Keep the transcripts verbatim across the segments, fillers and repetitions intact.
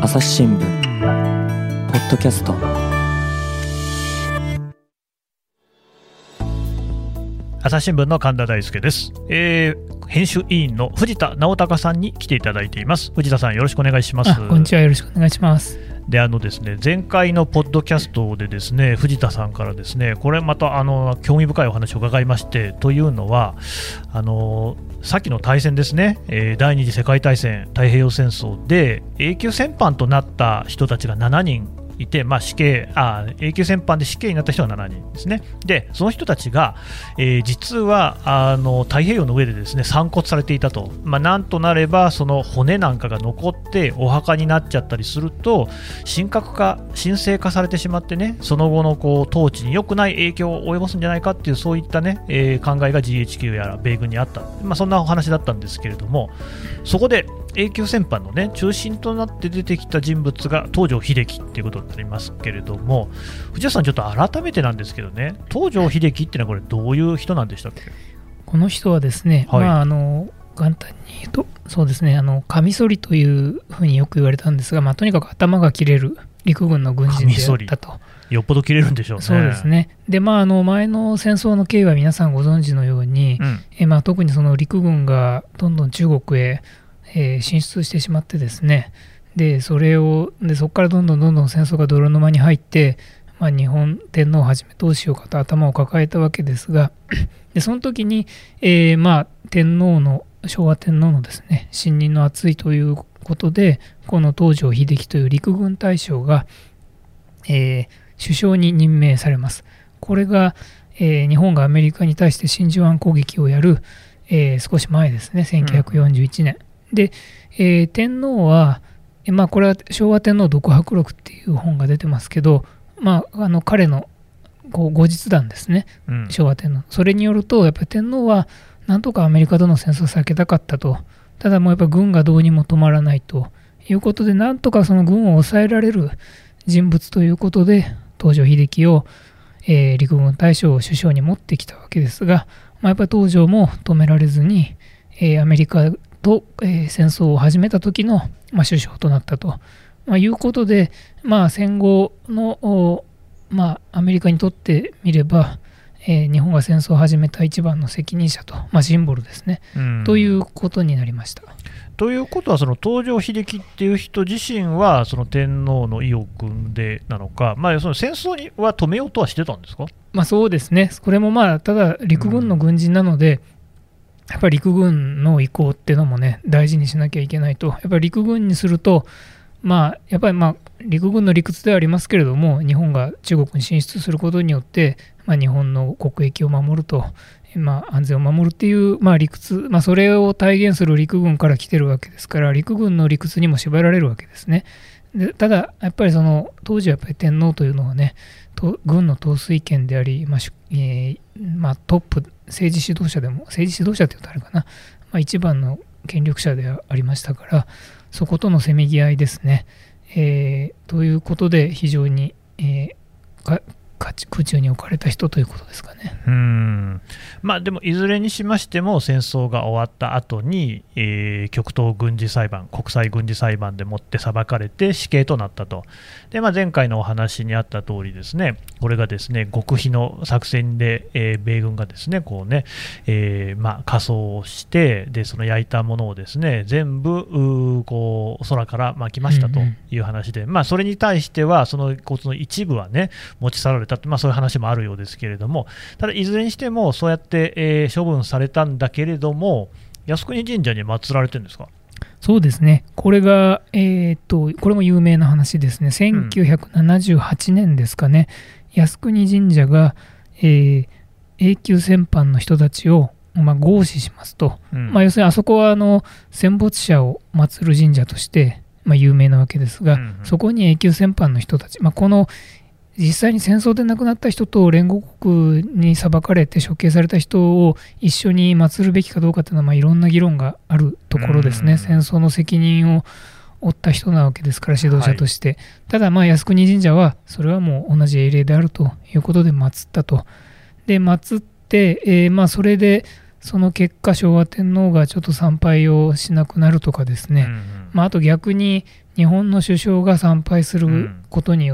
朝日新聞ポッドキャスト。 朝日新聞の神田大輔です、えー、編集委員の藤田直孝さんに来ていただいています。藤田さん、よろしくお願いします。 こんにちは、よろしくお願いします。 であのですね、前回のポッドキャストでですね、藤田さんからですね、これまたあの興味深いお話を伺いまして、というのはあのさっきの大戦ですね、えー、第二次世界大戦、太平洋戦争で永久戦犯となった人たちがしちにんいて、まあ、死刑あ永久戦犯で死刑になった人がしちにんですね。でその人たちが、えー、実はあの太平洋の上でですね散骨されていたと、まあ、なんとなればその骨なんかが残ってお墓になっちゃったりすると神格化神聖化されてしまってね、その後のこう統治に良くない影響を及ぼすんじゃないかっていう、そういったね、えー、考えが ジーエイチキュー やら米軍にあった、まあ、そんなお話だったんですけれども、そこで永久戦犯の、ね、中心となって出てきた人物が東條英機っていうことになりますけれども、藤田さん、ちょっと改めてなんですけどね、東條英機っていうのはこれどういう人なんでしたっけ？ この人はですね、はい、まあ、あの簡単に言うとそうですね、あのカミソリというふうによく言われたんですが、まあ、とにかく頭が切れる陸軍の軍人であったと。 よっぽど切れるんでしょうね。 そうですね。で、まあ、あの前の戦争の経緯は皆さんご存知のように、うん、えまあ、特にその陸軍がどんどん中国へえー、進出してしまってですね、でそれをでそこからどんどんどんどん戦争が泥沼に入って、まあ、日本天皇をはじめどうしようかと頭を抱えたわけですが、でその時に、えーまあ、天皇の昭和天皇のですね信任の厚いということで、この東條英機という陸軍大将が、えー、首相に任命されます。これが、えー、日本がアメリカに対して真珠湾攻撃をやる、えー、少し前ですね、せんきゅうひゃくよんじゅういちねん、うんで、えー、天皇は、まあ、これは昭和天皇独白録っていう本が出てますけど、まあ、あの彼のこう後日談ですね、うん、昭和天皇、それによるとやっぱり天皇はなんとかアメリカとの戦争を避けたかったと。ただもうやっぱ軍がどうにも止まらないということで、なんとかその軍を抑えられる人物ということで東條英機を、えー、陸軍大将を首相に持ってきたわけですが、まあ、やっぱり東條も止められずに、えー、アメリカと、えー、戦争を始めた時の、まあ、首相となったと、まあ、いうことで、まあ、戦後の、まあ、アメリカにとってみれば、えー、日本が戦争を始めた一番の責任者と、まあ、シンボルですね、ということになりました。 ということは、その東條英機っていう人自身はその天皇の意を組んでなのか、まあ、その戦争には止めようとはしてたんですか？ まあ、そうですね、これもまあただ陸軍の軍人なので、うん、やっぱり陸軍の意向っていうのもね大事にしなきゃいけないと。やっぱり陸軍にすると、まあやっぱりまあ陸軍の理屈ではありますけれども、日本が中国に進出することによって、まあ、日本の国益を守ると、まあ、安全を守るっていう、まあ、理屈、まあ、それを体現する陸軍から来てるわけですから、陸軍の理屈にも縛られるわけですね。でただやっぱりその当時はやっぱり天皇というのはね、軍の統帥権であり、まあえーまあ、トップ政治指導者でも政治指導者というとあれかな、まあ、一番の権力者でありましたから、そことのせめぎ合いですね、えー、ということで非常に、えー、か空中に置かれた人ということですかね。 うーん、まあ、でもいずれにしましても戦争が終わった後に、えー、極東軍事裁判、国際軍事裁判でもって裁かれて死刑となったと。で、まあ、前回のお話にあった通りですね、これがですね極秘の作戦で、えー、米軍がですねこうね、えーまあ、仮装をして、でその焼いたものをですね全部こう空から撒きましたという話で、うんうん、まあ、それに対してはその骨の一部はね持ち去られた、まあ、そういう話もあるようですけれども、ただいずれにしてもそうやって、えー、処分されたんだけれども、靖国神社に祀られてるんですか？ そうですね、これが、えー、とこれも有名な話ですね。せんきゅうひゃくななじゅうはちねんですかね、うん、靖国神社が、えー、永久戦犯の人たちを、まあ、合祀しますと、うん、まあ、要するにあそこはあの戦没者を祀る神社として、まあ、有名なわけですが、うんうん、そこに永久戦犯の人たち、まあ、この実際に戦争で亡くなった人と連合国に裁かれて処刑された人を一緒に祀るべきかどうかというのは、まあいろんな議論があるところですね。戦争の責任を負った人なわけですから、指導者として、はい、ただまあ靖国神社はそれはもう同じ英霊であるということで祀ったと。で祀って、えー、まあそれでその結果昭和天皇がちょっと参拝をしなくなるとかですね、うんうん、まあ、あと逆に日本の首相が参拝することによって、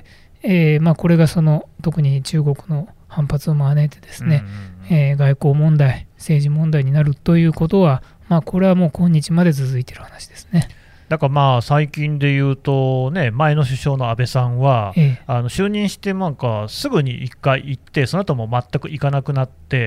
うん、えーまあ、これがその特に中国の反発を招いてですね、うんうんうん、えー、外交問題政治問題になるということは、まあ、これはもう今日まで続いている話ですね。 だからまあ最近で言うと、ね、前の首相の安倍さんは、ええ、あの就任してなんかすぐにいっかい行って、その後も全く行かなくなって、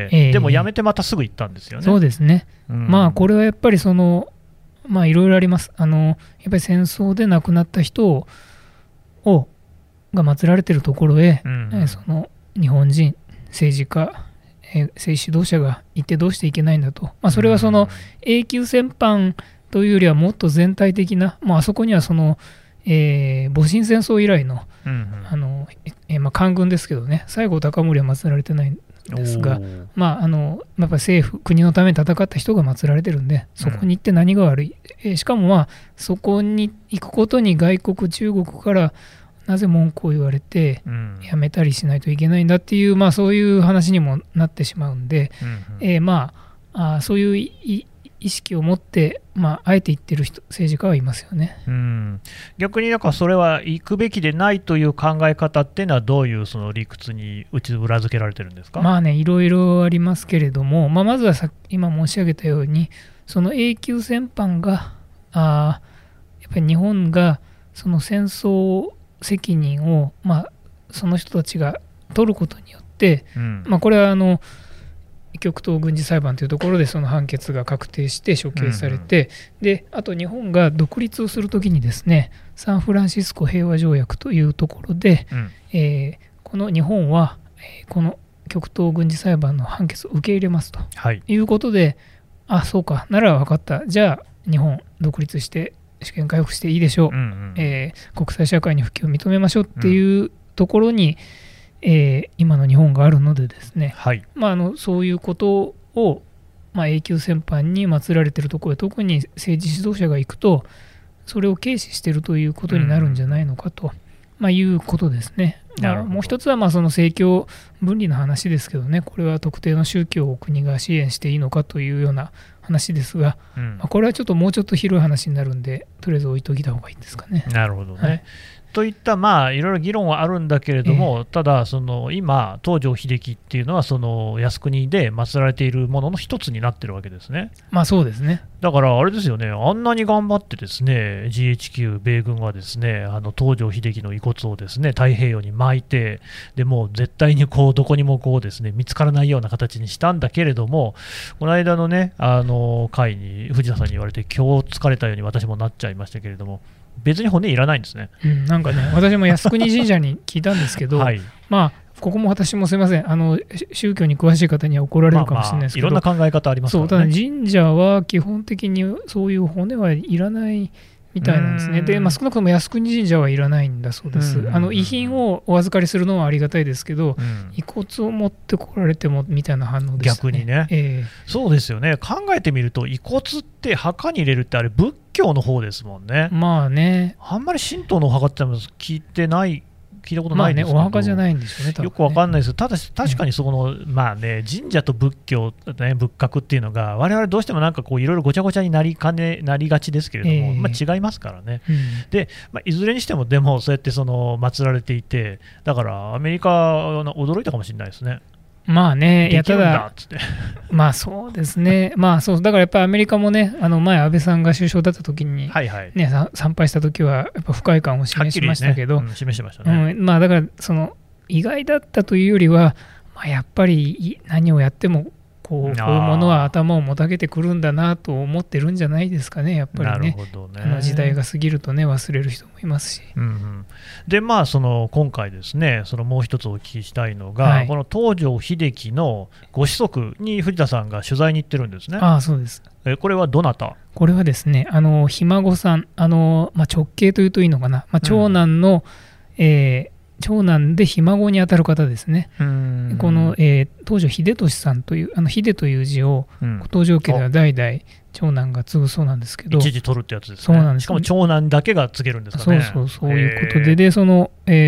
ええ、でも辞めてまたすぐ行ったんですよね。 そうですね、うん、まあこれはやっぱりその、まあいろいろあります。あのやっぱり戦争で亡くなった人ををが祀られているところへ、うんうん、その日本人政治家、えー、政治指導者が行ってどうしていけないんだと、まあ、それはその永久戦犯というよりはもっと全体的な、まあ、あそこにはその、えー、戊辰戦争以来の、うんうん、あのえーまあ、官軍ですけどね、西郷隆盛は祀られてないんですが、まあ、あのやっぱり政府国のために戦った人が祀られてるんで、そこに行って何が悪い、うん、えー、しかも、まあ、そこに行くことに外国中国からなぜ文句を言われてやめたりしないといけないんだっていう、まあ、そういう話にもなってしまうんで、うんうん、えー、まあ、あそういうい意識を持って、まあ、あえて言ってる人政治家はいますよね。 うん、逆にだからそれは行くべきでないという考え方っていうのはどういうその理屈に裏付けられてるんですか？ まあね、いろいろありますけれども、まあ、まずはさ今申し上げたようにその永久戦犯があやっぱり日本がその戦争責任を、まあ、その人たちが取ることによって、うん、まあ、これはあの極東軍事裁判というところでその判決が確定して処刑されて、うんうん、であと日本が独立をするときにですね、サンフランシスコ平和条約というところで、うん、えー、この日本は、えー、この極東軍事裁判の判決を受け入れますと、はい、いうことで、あ、そうか、なら分かった、じゃあ日本独立して主権回復していいでしょう、うんうん、えー、国際社会に復帰を認めましょうっていうところに、うん、えー、今の日本があるのでですね、はい、まあ、あのそういうことを、まあ、永久戦犯に祀られているところへ特に政治指導者が行くとそれを軽視しているということになるんじゃないのかと、うん、まあ、いうことですね。まあ、もう一つはまあその政教分離の話ですけどね、これは特定の宗教を国が支援していいのかというような話ですが、うん、まあ、これはちょっともうちょっと広い話になるんで、とりあえず置いといた方がいいんですかね。 なるほどね、はい、といったまあいろいろ議論はあるんだけれども、えー、ただその今東條英機っていうのはその靖国で祀られているものの一つになってるわけですね。 まあそうですね。 だからあれですよね、あんなに頑張ってですね ジーエイチキュー 米軍はですねあの東條英機の遺骨をですね太平洋に巻いて、でもう絶対にこうどこにもこうですね見つからないような形にしたんだけれども、この間のねあの会に藤田さんに言われて今日疲れたように私もなっちゃいましたけれども、別に骨いらないんですね、 うん、なんかね私も靖国神社に聞いたんですけど、はい、まあここも私もすみません、あの宗教に詳しい方には怒られるかもしれないですけど、 まあまあ、いろんな考え方ありますからね。 そう、ただ神社は基本的にそういう骨はいらないみたいなんですね。で、まあ、少なくとも靖国神社はいらないんだそうです。あの遺品をお預かりするのはありがたいですけど、うん、遺骨を持ってこられてもみたいな反応でしたね。 逆にね、えー、そうですよね。考えてみると遺骨って墓に入れるってあれ仏教の方ですもんね。 まあね、 あんまり神道のお墓って聞いてない聞いたことないんですけど、 まあね、お墓じゃないんでしょうね、多分ね。 よくわかんないです。ただ確かにそこの、まあね、神社と仏教、ね、仏閣っていうのが我々どうしてもなんかこういろいろごちゃごちゃになりかねなりがちですけれども、えーまあ、違いますからね、うん、で、まあ、いずれにしてもでもそうやってその祀られていて、だからアメリカは驚いたかもしれないですね。 まあね、いやただ、 まあそうですね、まあそう、だからやっぱりアメリカもね、あの前、安倍さんが首相だった時に、ね、はいはい、参拝した時は、やっぱ不快感を示しましたけど、 ね、うん、示しましたね、 うん、まあだから、その意外だったというよりは、まあ、やっぱり何をやっても、こう、こういうものは頭をもたげてくるんだなと思ってるんじゃないですかね、やっぱり ね, ねあの時代が過ぎるとね、忘れる人もいますし。 うんうん、で、まあ、その今回ですね、そのもう一つお聞きしたいのが、はい、この東條英機のご子息に藤田さんが取材に行ってるんですね。 ああ、そうです。 えこれはどなた？ これはですね、あのひ孫さん、あの、まあ、直系というといいのかな、まあ、長男の、うん、えー長男でひ孫にあたる方ですね。うんこの、えー、東條英俊さんという、あの秀という字を、うん、東條家では代々長男が継ぐそうなんですけど、 一時取るってやつですね。 そうなんです。 しかも長男だけが継げるんですかね。 そうそう、そういうことで、で、その、え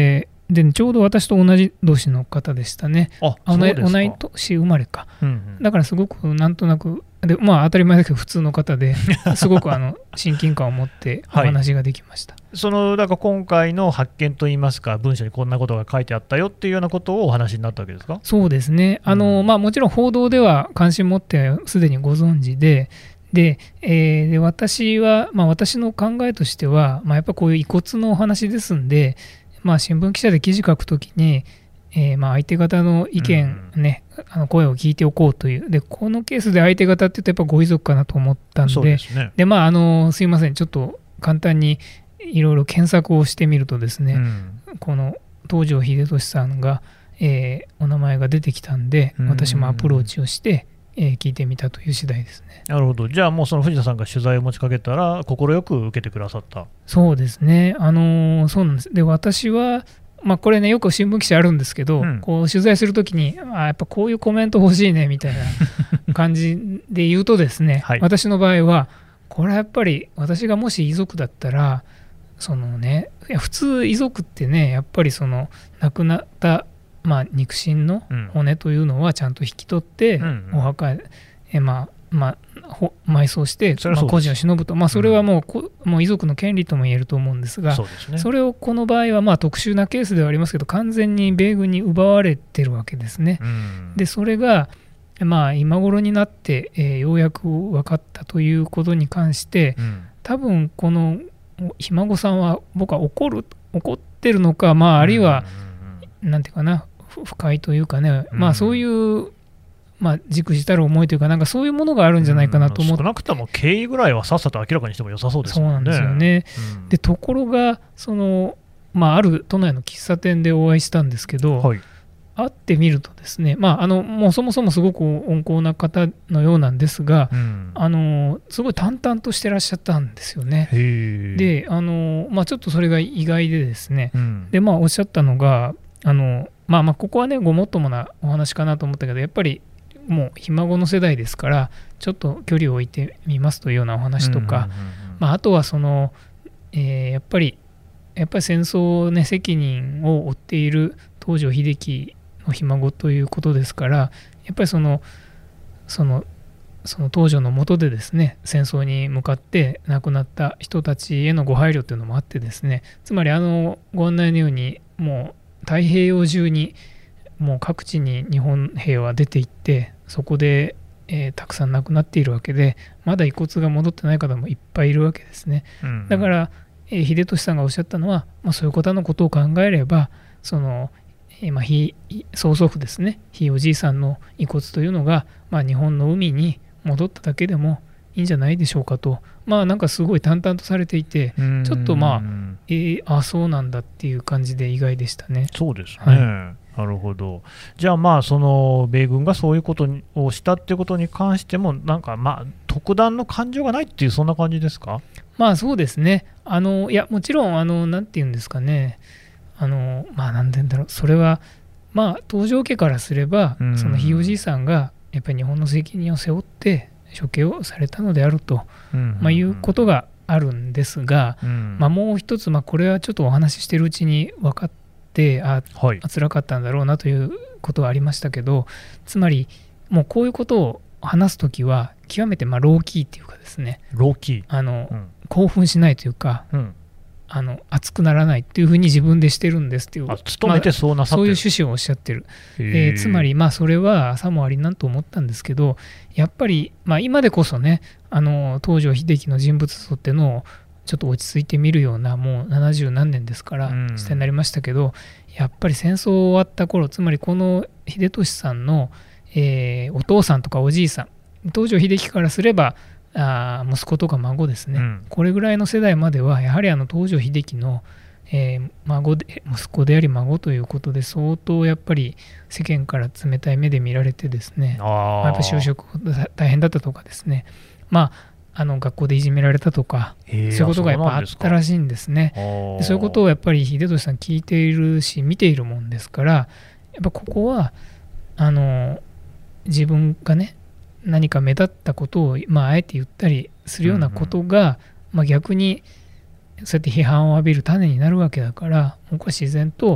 でちょうど私と同じ年の方でしたね。 あ、そうですか。 同い年生まれか、 うんうん、 だからすごくなんとなくで、まあ、当たり前だけど普通の方ですごくあの親近感を持ってお話ができました。 はい、そのだから今回の発見といいますか、文書にこんなことが書いてあったよっていうようなことをお話になったわけですか？ そうですね、あの、うん、まあ、もちろん報道では関心持ってすでにご存知で、で、えー、で私は、まあ、私の考えとしては、まあ、やっぱこういう遺骨のお話ですんで、まあ、新聞記者で記事書くときに、えー、まあ相手方の意見、ね、うん、あの声を聞いておこうという、でこのケースで相手方って言うとやっぱご遺族かなと思ったん で, そうですね、 で、まあ、あのすいません、ちょっと簡単にいろいろ検索をしてみるとですね、うん、この東條英俊さんが、えー、お名前が出てきたんで、私もアプローチをして、えー、聞いてみたという次第ですね。 なるほど。じゃあもうその藤田さんが取材を持ちかけたら快く受けてくださった？ そうですね、あのー、そうなんです。で私はまあ、これね、よく新聞記者あるんですけど、うん、こう取材するときにあやっぱこういうコメント欲しいねみたいな感じで言うとですね、はい、私の場合はこれはやっぱり私がもし遺族だったらそのね、いや普通遺族ってねやっぱりその亡くなった、まあ、肉親の骨というのはちゃんと引き取って、うん、お墓へ、えまあまあ、埋葬して、まあ、故人を偲ぶと、まあ、それはもう、うん、もう遺族の権利とも言えると思うんですが、 そうですね、 それをこの場合はまあ特殊なケースではありますけど完全に米軍に奪われてるわけですね、うん、でそれが、まあ、今頃になって、えー、ようやく分かったということに関して、うん、多分このひ孫さんは僕は怒る怒ってるのか、まあ、あるいは、うん、なんていうかな不快というかね、うん、まあそういうまあ、忸怩たる思いというか、なんかそういうものがあるんじゃないかなと思って、 少なくとも経緯ぐらいはさっさと明らかにしても良さそうですよね。 そうなんですよね、うん、でところがその、まあ、ある都内の喫茶店でお会いしたんですけど、はい、会ってみるとですね、まあ、あのもうそもそもすごく温厚な方のようなんですが、うん、あのすごい淡々としてらっしゃったんですよね。であの、まあ、ちょっとそれが意外でですね、うん、でまあ、おっしゃったのがあの、まあ、まあここはねごもっともなお話かなと思ったけど、やっぱりもうひ孫の世代ですからちょっと距離を置いてみますというようなお話とか、まあ、あとはその、えー、やっぱりやっぱり戦争、ね、責任を負っている東條英機のひ孫ということですから、やっぱりそのそのその東條の下でですね戦争に向かって亡くなった人たちへのご配慮というのもあってですね、つまりあのご案内のようにもう太平洋中にもう各地に日本兵は出ていってそこで、えー、たくさん亡くなっているわけで、まだ遺骨が戻ってない方もいっぱいいるわけですね、うんうん、だから、えー、秀俊さんがおっしゃったのは、まあ、そういう方のことを考えればその、えーまあ、ひ曽祖父ですね、ひいおじいさんの遺骨というのが、まあ、日本の海に戻っただけでもいいんじゃないでしょうかと、まあなんかすごい淡々とされていて、ちょっとまあ、えー、あそうなんだっていう感じで意外でしたね。 そうですね、はい、なるほど。じゃあまあその米軍がそういうことをしたっていうことに関してもなんかまあ特段の感情がないっていうそんな感じですか？ まあそうですね。あのいやもちろんあのなんていうんですかね、あのまあなんていうんだろう、それはまあ東條家からすれば、うん、そのひいおじいさんがやっぱり日本の責任を背負って処刑をされたのであると、うんうんうん、まあ、いうことがあるんですが、うん、まあ、もう一つ、まあ、これはちょっとお話ししているうちに分かってあ、はい、辛かったんだろうなということはありましたけど、つまりもうこういうことを話すときは極めてまあローキーっていうかですね、 ローキーあの、うん、興奮しないというか、うん、あの熱くならないっていうふうに自分でしてるんですっていう、 あ努めてそうなさってる、 まあ、そういう趣旨をおっしゃってる、えー、つまりまあそれはさもありなんと思ったんですけど、やっぱりまあ今でこそね、あの東條英機の人物像ってのをちょっと落ち着いてみるような、もうななじゅうなんねんですから時代になりましたけど、やっぱり戦争終わった頃、つまりこの秀俊さんの、えー、お父さんとかおじいさん、東條英機からすればあ息子とか孫ですね、うん、これぐらいの世代まではやはりあの東條英機の、えー、孫で息子であり孫ということで相当やっぱり世間から冷たい目で見られてですね、あやっぱ就職大変だったとかですね、まああの学校でいじめられたとか、そういうことがやっぱあったらしいんですね。でそういうことをやっぱり秀俊さん聞いているし見ているもんですから、やっぱここはあの自分がね何か目立ったことを、まあ、あえて言ったりするようなことが、うんうんまあ、逆にそうやって批判を浴びる種になるわけだから、僕は自然と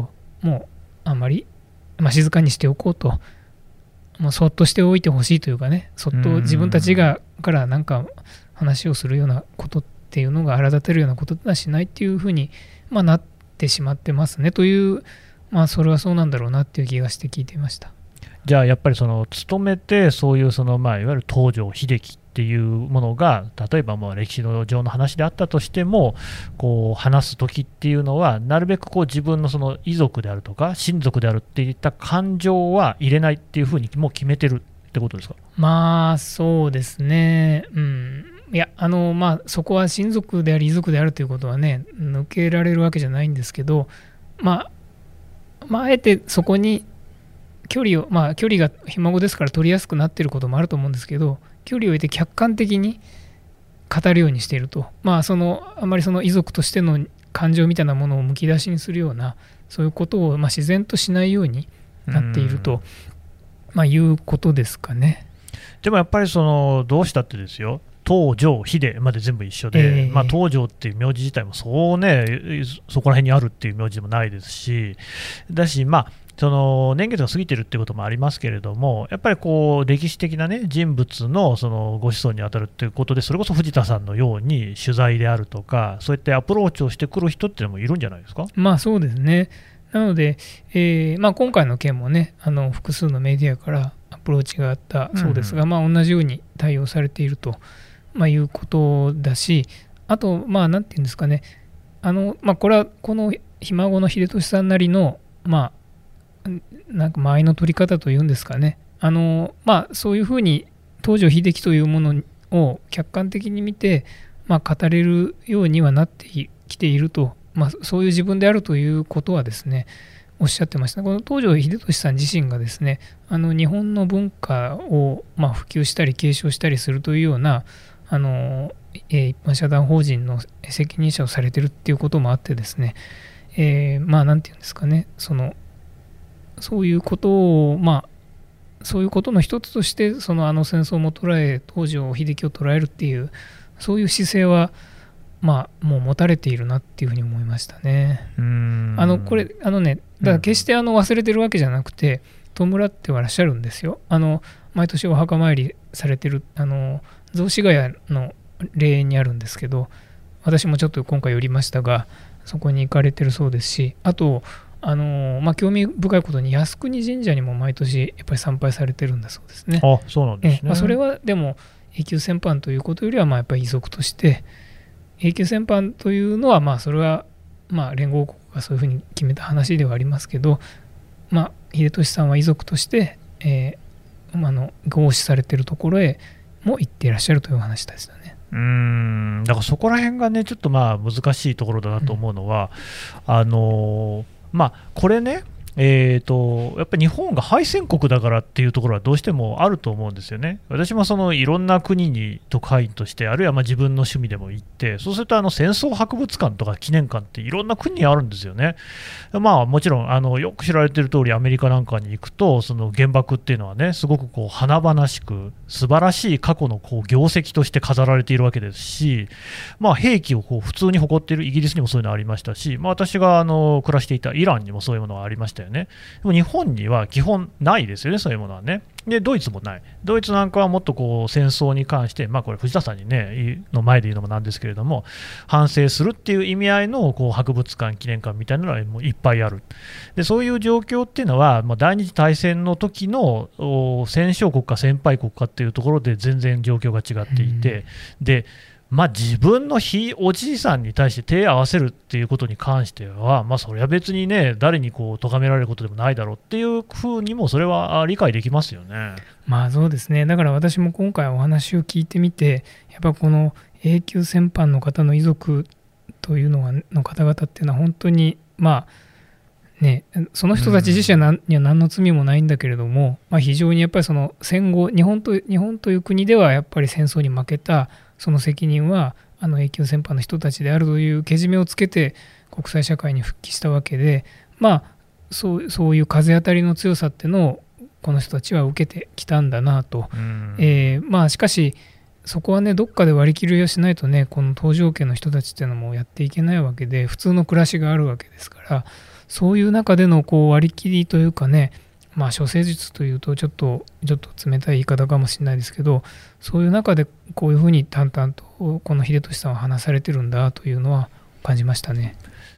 もうあんまり、まあ、静かにしておこうと、もうそっとしておいてほしいというかね、そっと自分たちがからなんか話をするようなことっていうのが荒立てるようなことはしないっていうふうに、まあ、なってしまってますねという、まあ、それはそうなんだろうなっていう気がして聞いていました。 じゃあやっぱりその勤めてそういうその、まあ、いわゆる東条英機っていうものが例えばまあ歴史の上の話であったとしてもこう話す時っていうのはなるべくこう自分のその遺族であるとか親族であるっていった感情は入れないっていうふうにもう決めてるってことですか？ まあそうですね、うん、いやあのまあそこは親族であり遺族であるということはね抜けられるわけじゃないんですけど、まあ、まああえてそこに距離を、まあ距離がひ孫ですから取りやすくなっていることもあると思うんですけど、距離を置いて客観的に語るようにしていると、まあそのあまりその遺族としての感情みたいなものをむき出しにするようなそういうことをまあ自然としないようになっていると、まあ、いうことですかね。 でもやっぱりそのどうしたってですよ、東条英まで全部一緒で、えーまあ、東条っていう名字自体もそうねそこら辺にあるっていう名字でもないですし、だしまあその年月が過ぎてるってこともありますけれども、やっぱりこう歴史的な、ね、人物 の, そのご子孫に当たるということで、それこそ藤田さんのように取材であるとか、そういったアプローチをしてくる人っていうのもいるんじゃないですか。 まあそうですね。なので、えーまあ、今回の件もね、あの複数のメディアからアプローチがあったそうですが、うんまあ、同じように対応されていると、まあ、いうことだし、あと、まあ、なんていうんですかね、あのまあ、これはこのひ孫の秀俊さんなりの、まあなんか間合いの取り方というんですかね、あの、まあ、そういうふうに東条英機というものを客観的に見て、まあ、語れるようにはなってきていると、まあ、そういう自分であるということはですねおっしゃってました。この東条英俊さん自身がですね、あの日本の文化をまあ普及したり継承したりするというようなあの、えー、一般社団法人の責任者をされているっていうこともあってですね、えー、まあなんていうんですかね、そのそういうことを、まあ、そういうことの一つとして、そのあの戦争も捉え、東条英機を捉えるっていう、そういう姿勢は、まあ、もう持たれているなっていうふうに思いましたね。 うーんあのこれ、あのね、だから決してあの忘れてるわけじゃなくて、弔ってはいらっしゃるんですよ。あの毎年お墓参りされてる、あの雑司ヶ谷の霊園にあるんですけど、私もちょっと今回寄りましたが、そこに行かれてるそうですし、あと、あのまあ、興味深いことに靖国神社にも毎年やっぱり参拝されてるんだそうですね。 あ、そうなんですね。 え、まあ、それはでも永久戦犯ということよりはまあやっぱり遺族として、永久戦犯というのはまあそれはまあ連合国がそういうふうに決めた話ではありますけど、まあ、秀俊さんは遺族として、えー、あの合祀されているところへも行っていらっしゃるという話ですよね。 うーんだからそこら辺がねちょっとまあ難しいところだなと思うのは、うん、あのまあこれね、えーと、やっぱり日本が敗戦国だからっていうところはどうしてもあると思うんですよね。私もそのいろんな国に特派員として、あるいはまあ自分の趣味でも行って、そうするとあの戦争博物館とか記念館っていろんな国にあるんですよね。まあもちろんあのよく知られている通り、アメリカなんかに行くとその原爆っていうのはねすごくこう華々しく素晴らしい過去のこう業績として飾られているわけですし、まあ、兵器をこう普通に誇っているイギリスにもそういうのありましたし、まあ、私があの暮らしていたイランにもそういうものがありましたよね。でも日本には基本ないですよね、そういうものはね。でドイツもない。ドイツなんかはもっとこう戦争に関して、まあ、これ藤田さんにねの前で言うのもなんですけれども、反省するっていう意味合いのこう博物館記念館みたいなのはもういっぱいある。でそういう状況っていうのは、まあ、第二次大戦の時の戦勝国か戦敗国かっていうところで全然状況が違っていて、でまあ、自分のひいおじいさんに対して手を合わせるっていうことに関しては、まあ、それは別にね誰にこう咎められることでもないだろうっていうふうにもそれは理解できますよね。 まあそうですね。だから私も今回お話を聞いてみて、やっぱこの永久戦犯の方の遺族というのはの方々っていうのは本当にまあね、その人たち自身はには何の罪もないんだけれども、まあ、非常にやっぱりその戦後日本と日本という国ではやっぱり戦争に負けたその責任はあの永久戦犯の人たちであるというけじめをつけて国際社会に復帰したわけで、まあそう、そういう風当たりの強さっていうのをこの人たちは受けてきたんだなと、えー、まあしかしそこはねどっかで割り切りをしないとねこの東条家の人たちっていうのもやっていけないわけで、普通の暮らしがあるわけですから、 そういう中でのこう割り切りというかね、まあ処世術というとちょっとちょっと冷たい言い方かもしれないですけど、そういう中でこういうふうに淡々とこの秀俊さんは話されてるんだというのは感じましたね。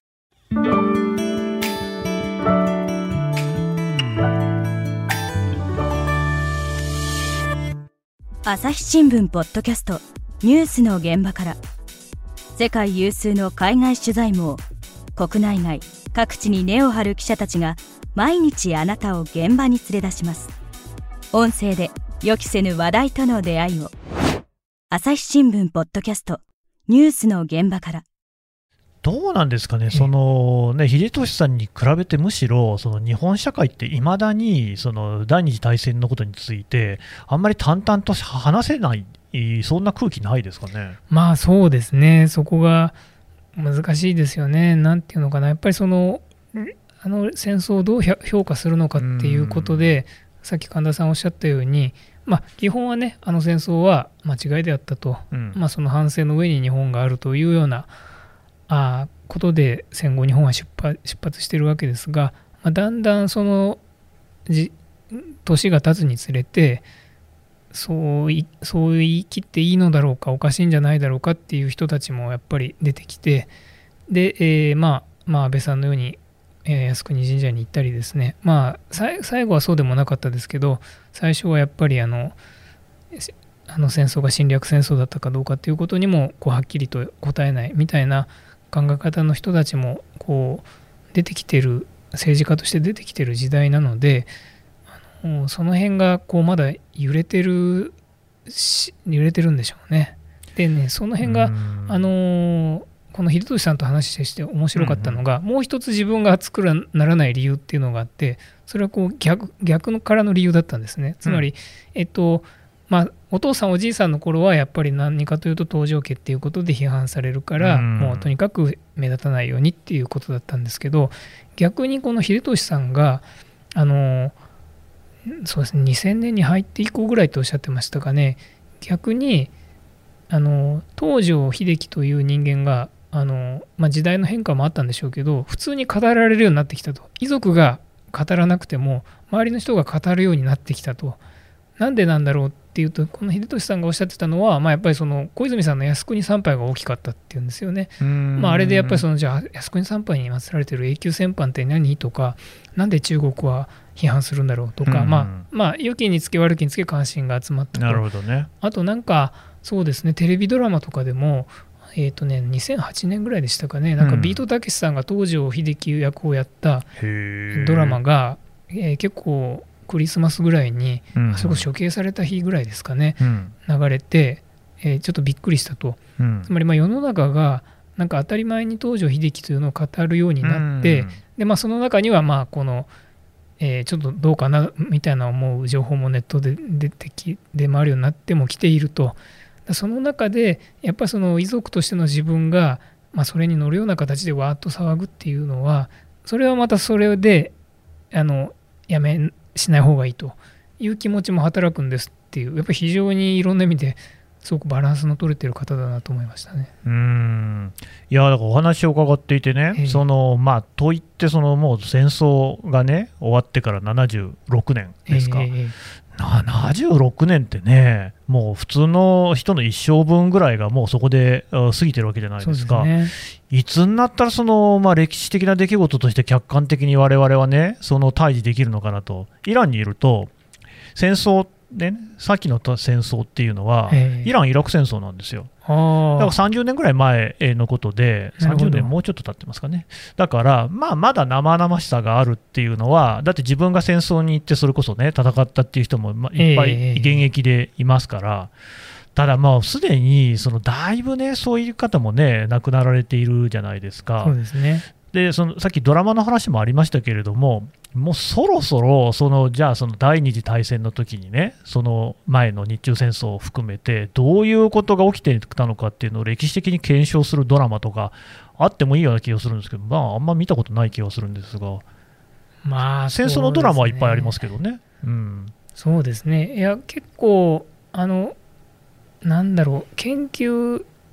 朝日新聞ポッドキャストニュースの現場から、世界有数の海外取材網、国内外各地に根を張る記者たちが毎日あなたを現場に連れ出します。音声で予期せぬ話題との出会いを。朝日新聞ポッドキャストニュースの現場から。 どうなんですかね、そのね、秀俊さんに比べてむしろその日本社会っていまだにその第二次大戦のことについてあんまり淡々と話せない、そんな空気ないですかね。 まあそうですね、そこが難しいですよね。なんていうのかな、やっぱりそのあの戦争をどう評価するのかっていうことで、さっき神田さんおっしゃったように、まあ、基本はね、あの戦争は間違いであったと、うん、まあ、その反省の上に日本があるというようなあことで戦後日本は出発、出発しているわけですが、まあ、だんだんそのじ年が経つにつれてそういそう言い切っていいのだろうか、おかしいんじゃないだろうかっていう人たちもやっぱり出てきて、で、えー、まあまあ安倍さんのように、えー、靖国神社に行ったりですね、まあ最後はそうでもなかったですけど、最初はやっぱりあのあの戦争が侵略戦争だったかどうかっていうことにもこうはっきりと答えないみたいな考え方の人たちもこう出てきてる、政治家として出てきてる時代なので、あのその辺がこうまだ揺れてるし揺れてるんでしょうね。でね、その辺があのこの秀俊さんと話して面白かったのが、うんうん、もう一つ自分が作らならない理由っていうのがあって、それはこう 逆, 逆からの理由だったんですね。つまり、うん、えっとまあ、お父さんおじいさんの頃はやっぱり何かというと東条家っていうことで批判されるから、うん、もうとにかく目立たないようにっていうことだったんですけど、逆にこの秀俊さんがあのそうですね、にせんねんに入って以降ぐらいとおっしゃってましたかね、逆にあの東条英機という人間があの、まあ、時代の変化もあったんでしょうけど、普通に語られるようになってきたと。遺族が語らなくても周りの人が語るようになってきたと。なんでなんだろうっていうと、この秀俊さんがおっしゃってたのは、まあ、やっぱりその小泉さんの靖国参拝が大きかったっていうんですよね。まあ、あれでやっぱりそのじゃあ靖国参拝に祀られている永久戦犯って何とか、なんで中国は批判するんだろうとか、まあ、まあ良きにつけ悪きにつけ関心が集まったと。 なるほどね。 あとなんかそうですね、テレビドラマとかでもえーとね、にせんはちねんぐらいでしたかね、なんかビートたけしさんが東条英機役をやったドラマが、えー、結構クリスマスぐらいに、うん、あそこ処刑された日ぐらいですかね、うん、流れて、えー、ちょっとびっくりしたと、うん、つまりまあ世の中がなんか当たり前に東条英機というのを語るようになって、うん、でまあ、その中にはまあこの、えー、ちょっとどうかなみたいな思う情報もネットで出てき出回るようになっても来ていると。その中でやっぱりその遺族としての自分が、まあ、それに乗るような形でわーっと騒ぐっていうのは、それはまたそれであのやめしない方がいいという気持ちも働くんですっていう、やっぱり非常にいろんな意味ですごくバランスの取れてる方だなと思いましたね。 うーん、いやだからお話を伺っていてね、えー、そのまあといってそのもう戦争がね終わってからななじゅうろくねんですか、えーななじゅうろくねんってね、もう普通の人の一生分ぐらいがもうそこで過ぎてるわけじゃないですか。 そうですね、 いつになったらその、まあ、歴史的な出来事として客観的に我々はねその対峙できるのかなと。イランにいると戦争で、ね、さっきの戦争っていうのはイラン・イラク戦争なんですよ。だからさんじゅうねんぐらい前のことで、さんじゅうねんもうちょっと経ってますかね。だから、まあ、まだ生々しさがあるっていうのは、だって自分が戦争に行ってそれこそね戦ったっていう人もいっぱい現役でいますから、ただもうすでにそのだいぶねそういう方もね亡くなられているじゃないですか。 そうですね。 でそのさっきドラマの話もありましたけれども、もうそろそろそのじゃあその第二次大戦の時にね、その前の日中戦争を含めてどういうことが起きてきたのかっていうのを歴史的に検証するドラマとかあってもいいような気がするんですけど、まああんま見たことない気がするんですが、 まあ戦争のドラマはいっぱいありますけどね。うん、 そうですね。いや結構あのなんだろう研究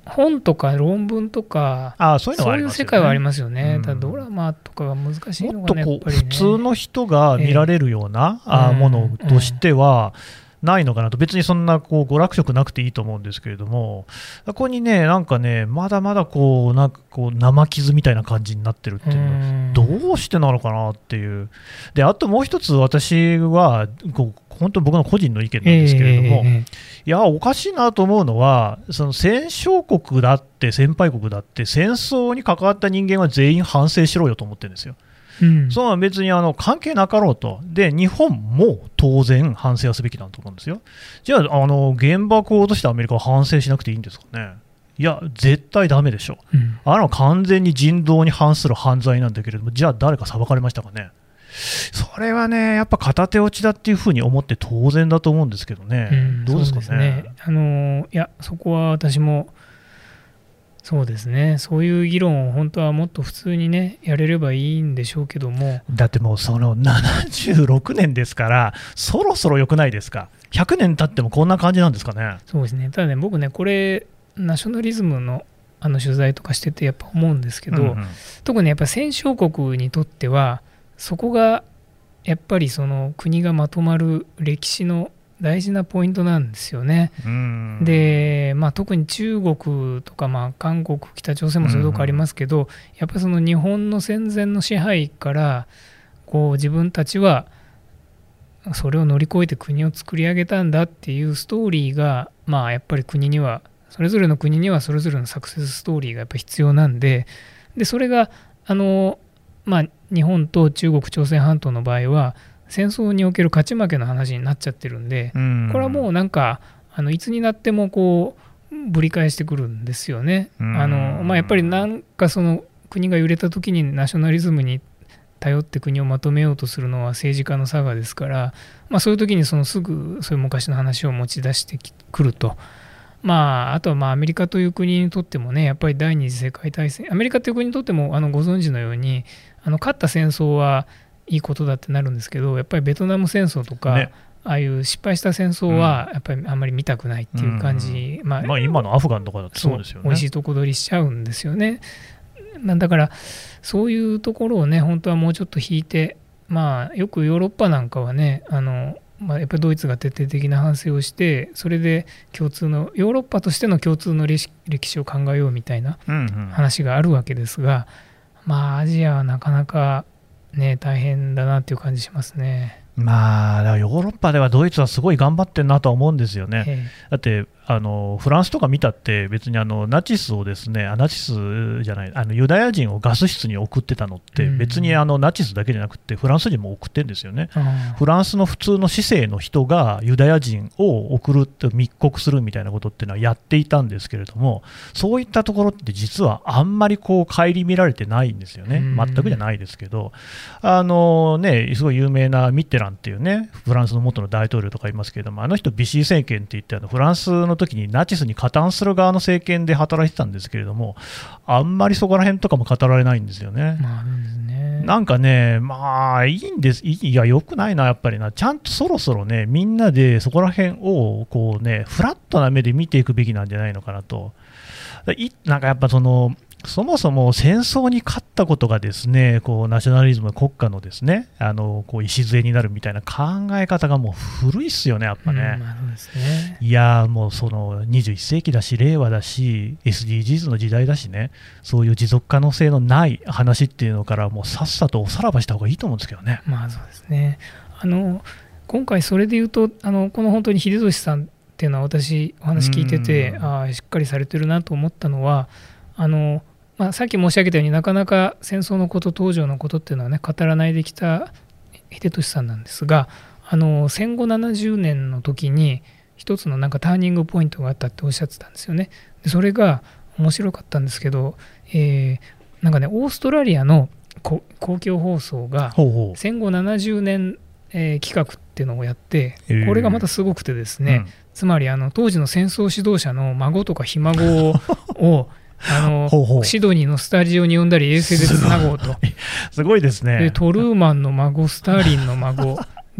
本とか論文とか、 あそういうのはありますよね、 そういう世界はありますよね、 うん、 ただドラマとかが難しいのもっがね、 とこうやっぱりね、 普通の人が見られるような、 えーあものとしてはないのかなと、別にそんなこう娯楽色なくていいと思うんですけれども、ここにね、なんかね、まだまだこう、なんかこう生傷みたいな感じになってるっていうのは、どうしてなのかなっていう、であともう一つ、私はこう本当、僕の個人の意見なんですけれども、えーえー、いや、おかしいなと思うのは、その戦勝国だって、先輩国だって、戦争に関わった人間は全員反省しろよと思ってるんですよ。うん、その別にあの関係なかろうと、で日本も当然反省はすべきだと思うんですよ。じゃあ、あの原爆を落としたアメリカは反省しなくていいんですかね。いや、絶対ダメでしょ、うん、あの完全に人道に反する犯罪なんだけれども、じゃあ誰か裁かれましたかね。それはね、やっぱ片手落ちだっていうふうに思って当然だと思うんですけどね、うん、どうですかね。 そうですね、あのいや、そこは私もそうですね、そういう議論を本当はもっと普通にねやれればいいんでしょうけども、 だってもうそのななじゅうろくねんですから、そろそろ良くないですか。ひゃくねん経ってもこんな感じなんですかね。 そうですね、ただね、僕ね、これナショナリズムのあの取材とかしててやっぱ思うんですけど、うんうん、特にやっぱ戦勝国にとってはそこがやっぱりその国がまとまる歴史の大事なポイントなんですよね。うんで、まあ、特に中国とか、まあ、韓国、北朝鮮もそういうとこありますけど、うんうん、やっぱりその日本の戦前の支配からこう自分たちはそれを乗り越えて国を作り上げたんだっていうストーリーが、まあ、やっぱり国にはそれぞれの国にはそれぞれのサクセスストーリーがやっぱ必要なんで、でそれがあの、まあ、日本と中国朝鮮半島の場合は戦争における勝ち負けの話になっちゃってるんで、うんこれはもうなんかあのいつになってもこうぶり返してくるんですよね。あの、まあ、やっぱりなんかその国が揺れた時にナショナリズムに頼って国をまとめようとするのは政治家の性ですから、まあ、そういう時にそのすぐそういう昔の話を持ち出してくると。まあ、あとはまあアメリカという国にとってもね、やっぱり第二次世界大戦、アメリカという国にとってもあのご存知のようにあの勝った戦争はいいことだってなるんですけど、やっぱりベトナム戦争とか、ね、ああいう失敗した戦争はやっぱりあんまり見たくないっていう感じ、 うんまあまあ、今のアフガンとかだってそうですよね。 美味しいとこ取りしちゃうんですよね。だからそういうところをね本当はもうちょっと引いて、まあ、よくヨーロッパなんかはねあのまあ、やっぱりドイツが徹底的な反省をして、それで共通のヨーロッパとしての共通の歴史を考えようみたいな話があるわけですが、うんうん、まあアジアはなかなかね大変だなっていう感じしますね。 まあ、だからヨーロッパではドイツはすごい頑張ってるなとは思うんですよね。ええ、だってあのフランスとか見たって別にあのナチスをですねナチスじゃないあのユダヤ人をガス室に送ってたのって別にあのナチスだけじゃなくてフランス人も送ってるんですよね。フランスの普通の市政の人がユダヤ人を送るって密告するみたいなことっていうのはやっていたんですけれども、そういったところって実はあんまりこう顧みられてないんですよね。全くじゃないですけど、あのねすごい有名なミッテランっていうねフランスの元の大統領とかいますけれども、あの人ビシー政権って言ってあのフランスの時にナチスに加担する側の政権で働いてたんですけれども、あんまりそこら辺とかも語られないんですよね。 まあですね、 なんかね、まあいいんです、いや、よくないな、やっぱりな、ちゃんとそろそろね、みんなでそこら辺をこうね、フラットな目で見ていくべきなんじゃないのかなと。いなんかやっぱそのそもそも戦争に勝ったことがですね、こうナショナリズム国家のですね、あのこう礎になるみたいな考え方がもう古いっすよね、やっぱね。 うんまあそうですね、 いやもうそのにじゅういっ世紀だし、令和だし、エスディージーズ の時代だしね、そういう持続可能性のない話っていうのからもうさっさとおさらばした方がいいと思うんですけどね。 まあそうですね。あの今回それで言うと、あのこの本当に秀俊さんっていうのは私お話聞いてて、ああしっかりされてるなと思ったのは、あのまあ、さっき申し上げたようになかなか戦争のこと、東条のことっていうのはね語らないできた秀俊さんなんですが、あの戦後ななじゅうねんの時に一つのなんかターニングポイントがあったっておっしゃってたんですよね。でそれが面白かったんですけど、えー、なんかねオーストラリアの公共放送が戦後ななじゅうねん、えー、企画っていうのをやって、これがまたすごくてですね、うん、つまりあの当時の戦争指導者の孫とかひ孫をあのほうほうシドニーのスタジオに呼んだり衛星でつなごうと。 すごいですね。 でトルーマンの孫、スターリンの孫で、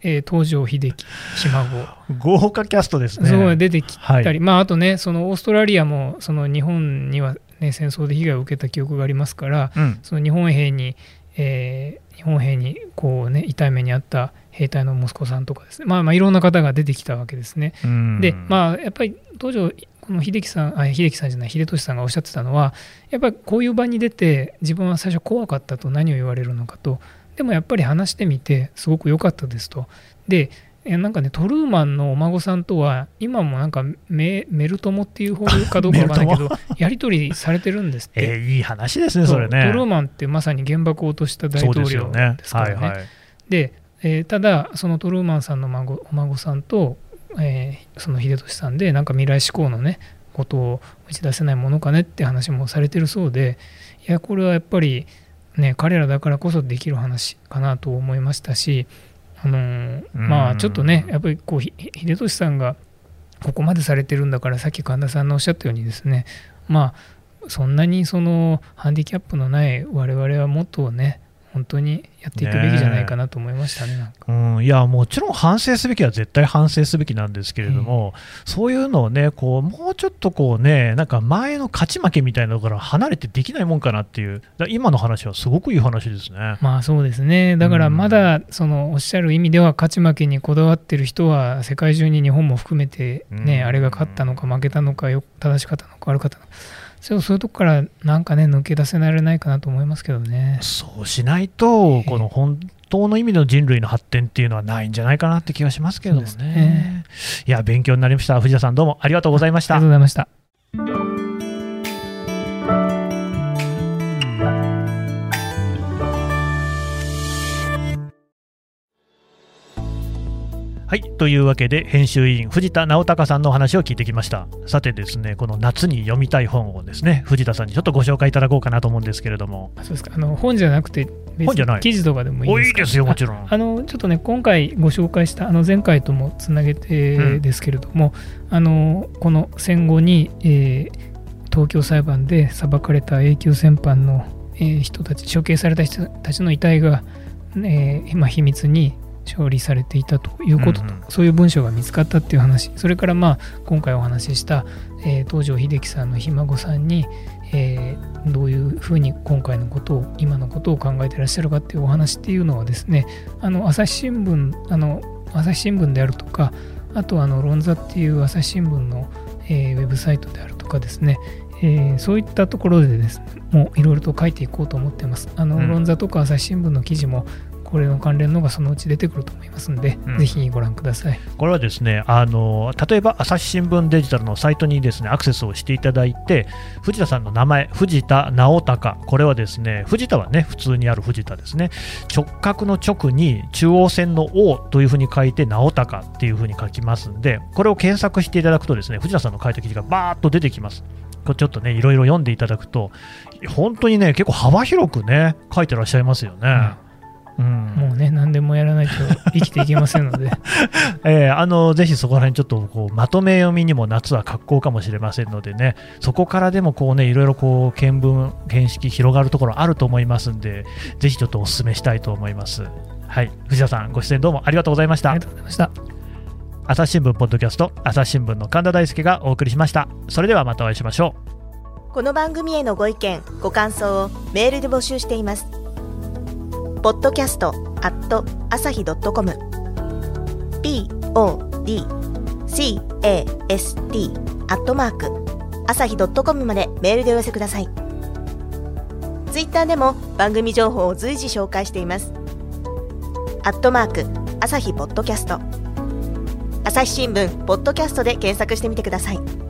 えー、東條英機ひ孫豪華キャストですね。 そう出てきたり、 はい、 まあ、あとねそのオーストラリアもその日本には、ね、戦争で被害を受けた記憶がありますから、うん、その日本兵に、えー、日本兵にこう、ね、痛い目にあった兵隊の息子さんとかですね、まあ、まあいろんな方が出てきたわけですね。で、まあ、やっぱり東條この秀樹さん、あ、秀樹さんじゃない、秀俊さんがおっしゃってたのは、やっぱりこういう場に出て自分は最初怖かったと、何を言われるのかと、でもやっぱり話してみてすごく良かったですと。でなんかね、トルーマンのお孫さんとは今もなんか メ, メル友っていう方かどうかわからないけどやり取りされてるんですって。 えー、いい話ですねそれね。 トルーマンってまさに原爆を落とした大統領ですからね。で、はいはいでえー、ただそのトルーマンさんの孫お孫さんと、えー、その秀俊さんでなんか未来志向のねことを打ち出せないものかねって話もされてるそうで、いやこれはやっぱりね彼らだからこそできる話かなと思いましたし、あのー、まあちょっとねやっぱりこう秀俊さんがここまでされてるんだから、さっき神田さんのおっしゃったようにですね、まあそんなにそのハンディキャップのない我々はもっとね本当にやっていくべきじゃないかなと思いました ね, ねなんか、 うん、いやもちろん反省すべきは絶対反省すべきなんですけれども、えー、そういうのをねこうもうちょっとこうねなんか前の勝ち負けみたいなのから離れてできないもんかなっていう、今の話はすごくいい話ですね。 まあそうですね。だからまだそのおっしゃる意味では勝ち負けにこだわってる人は世界中に日本も含めてね、あれが勝ったのか負けたのかよ正しかったのか悪かったのか、そういうとこからなんかね抜け出せられないかなと思いますけどね。 そうしないとこの本当の意味の人類の発展っていうのはないんじゃないかなって気がしますけど ね, ねいや勉強になりました。藤田さんどうもありがとうございました。 ありがとうございました。 はい、というわけで編集委員藤田直隆さんのお話を聞いてきました。さてですね、この夏に読みたい本をですね藤田さんにちょっとご紹介いただこうかなと思うんですけれども。 そうですか。あの本じゃなくて別に記事とかでもいいですか。 いいですよもちろん。 あのちょっとね今回ご紹介したあの前回ともつなげてですけれども、うん、あのこの戦後に、えー、東京裁判で裁かれた永久戦犯の、えー、人たち処刑された人たちの遺体が、ね、今秘密に処理されていたということと、うんうん、そういう文章が見つかったっていう話、それからまあ今回お話しした、えー、東條英機さんのひ孫さんに、えー、どういうふうに今回のことを今のことを考えていらっしゃるかっていうお話っていうのはですね、あの朝日新聞あの朝日新聞であるとか、あとあの論座っていう朝日新聞の、えー、ウェブサイトであるとかですね、えー、そういったところでですねもういろいろと書いていこうと思っています。あの、うん、論座とか朝日新聞の記事もこれの関連のがそのうち出てくると思いますので、うん、ぜひご覧ください。 これはですねあの例えば朝日新聞デジタルのサイトにですねアクセスをしていただいて、藤田さんの名前藤田直隆、これはですね藤田はね普通にある藤田ですね、直角の直に中央線の O というふうに書いて直隆っていうふうに書きますんで、これを検索していただくとですね藤田さんの書いた記事がバーッと出てきます。これちょっとねいろいろ読んでいただくと本当にね結構幅広くね書いてらっしゃいますよね。うんうん、もうね何でもやらないと生きていけませんので、 えー、あのぜひそこら辺ちょっとこうまとめ読みにも夏は格好かもしれませんのでね、そこからでもこうねいろいろこう見聞見識広がるところあると思いますんで、ぜひちょっとお勧めしたいと思います。はい、藤田さんご出演どうもありがとうございました。 ありがとうございました。 朝日新聞ポッドキャスト朝日新聞の神田大輔がお送りしました。それではまたお会いしましょう。この番組へのご意見ご感想をメールで募集しています。ポッドキャストアットアサヒドットコム ピーオーディーキャスト アットマークアサヒドットコムまでメールでお寄せください。ツイッターでも番組情報を随時紹介しています。アットマークアサヒポッドキャスト、朝日新聞ポッドキャストで検索してみてください。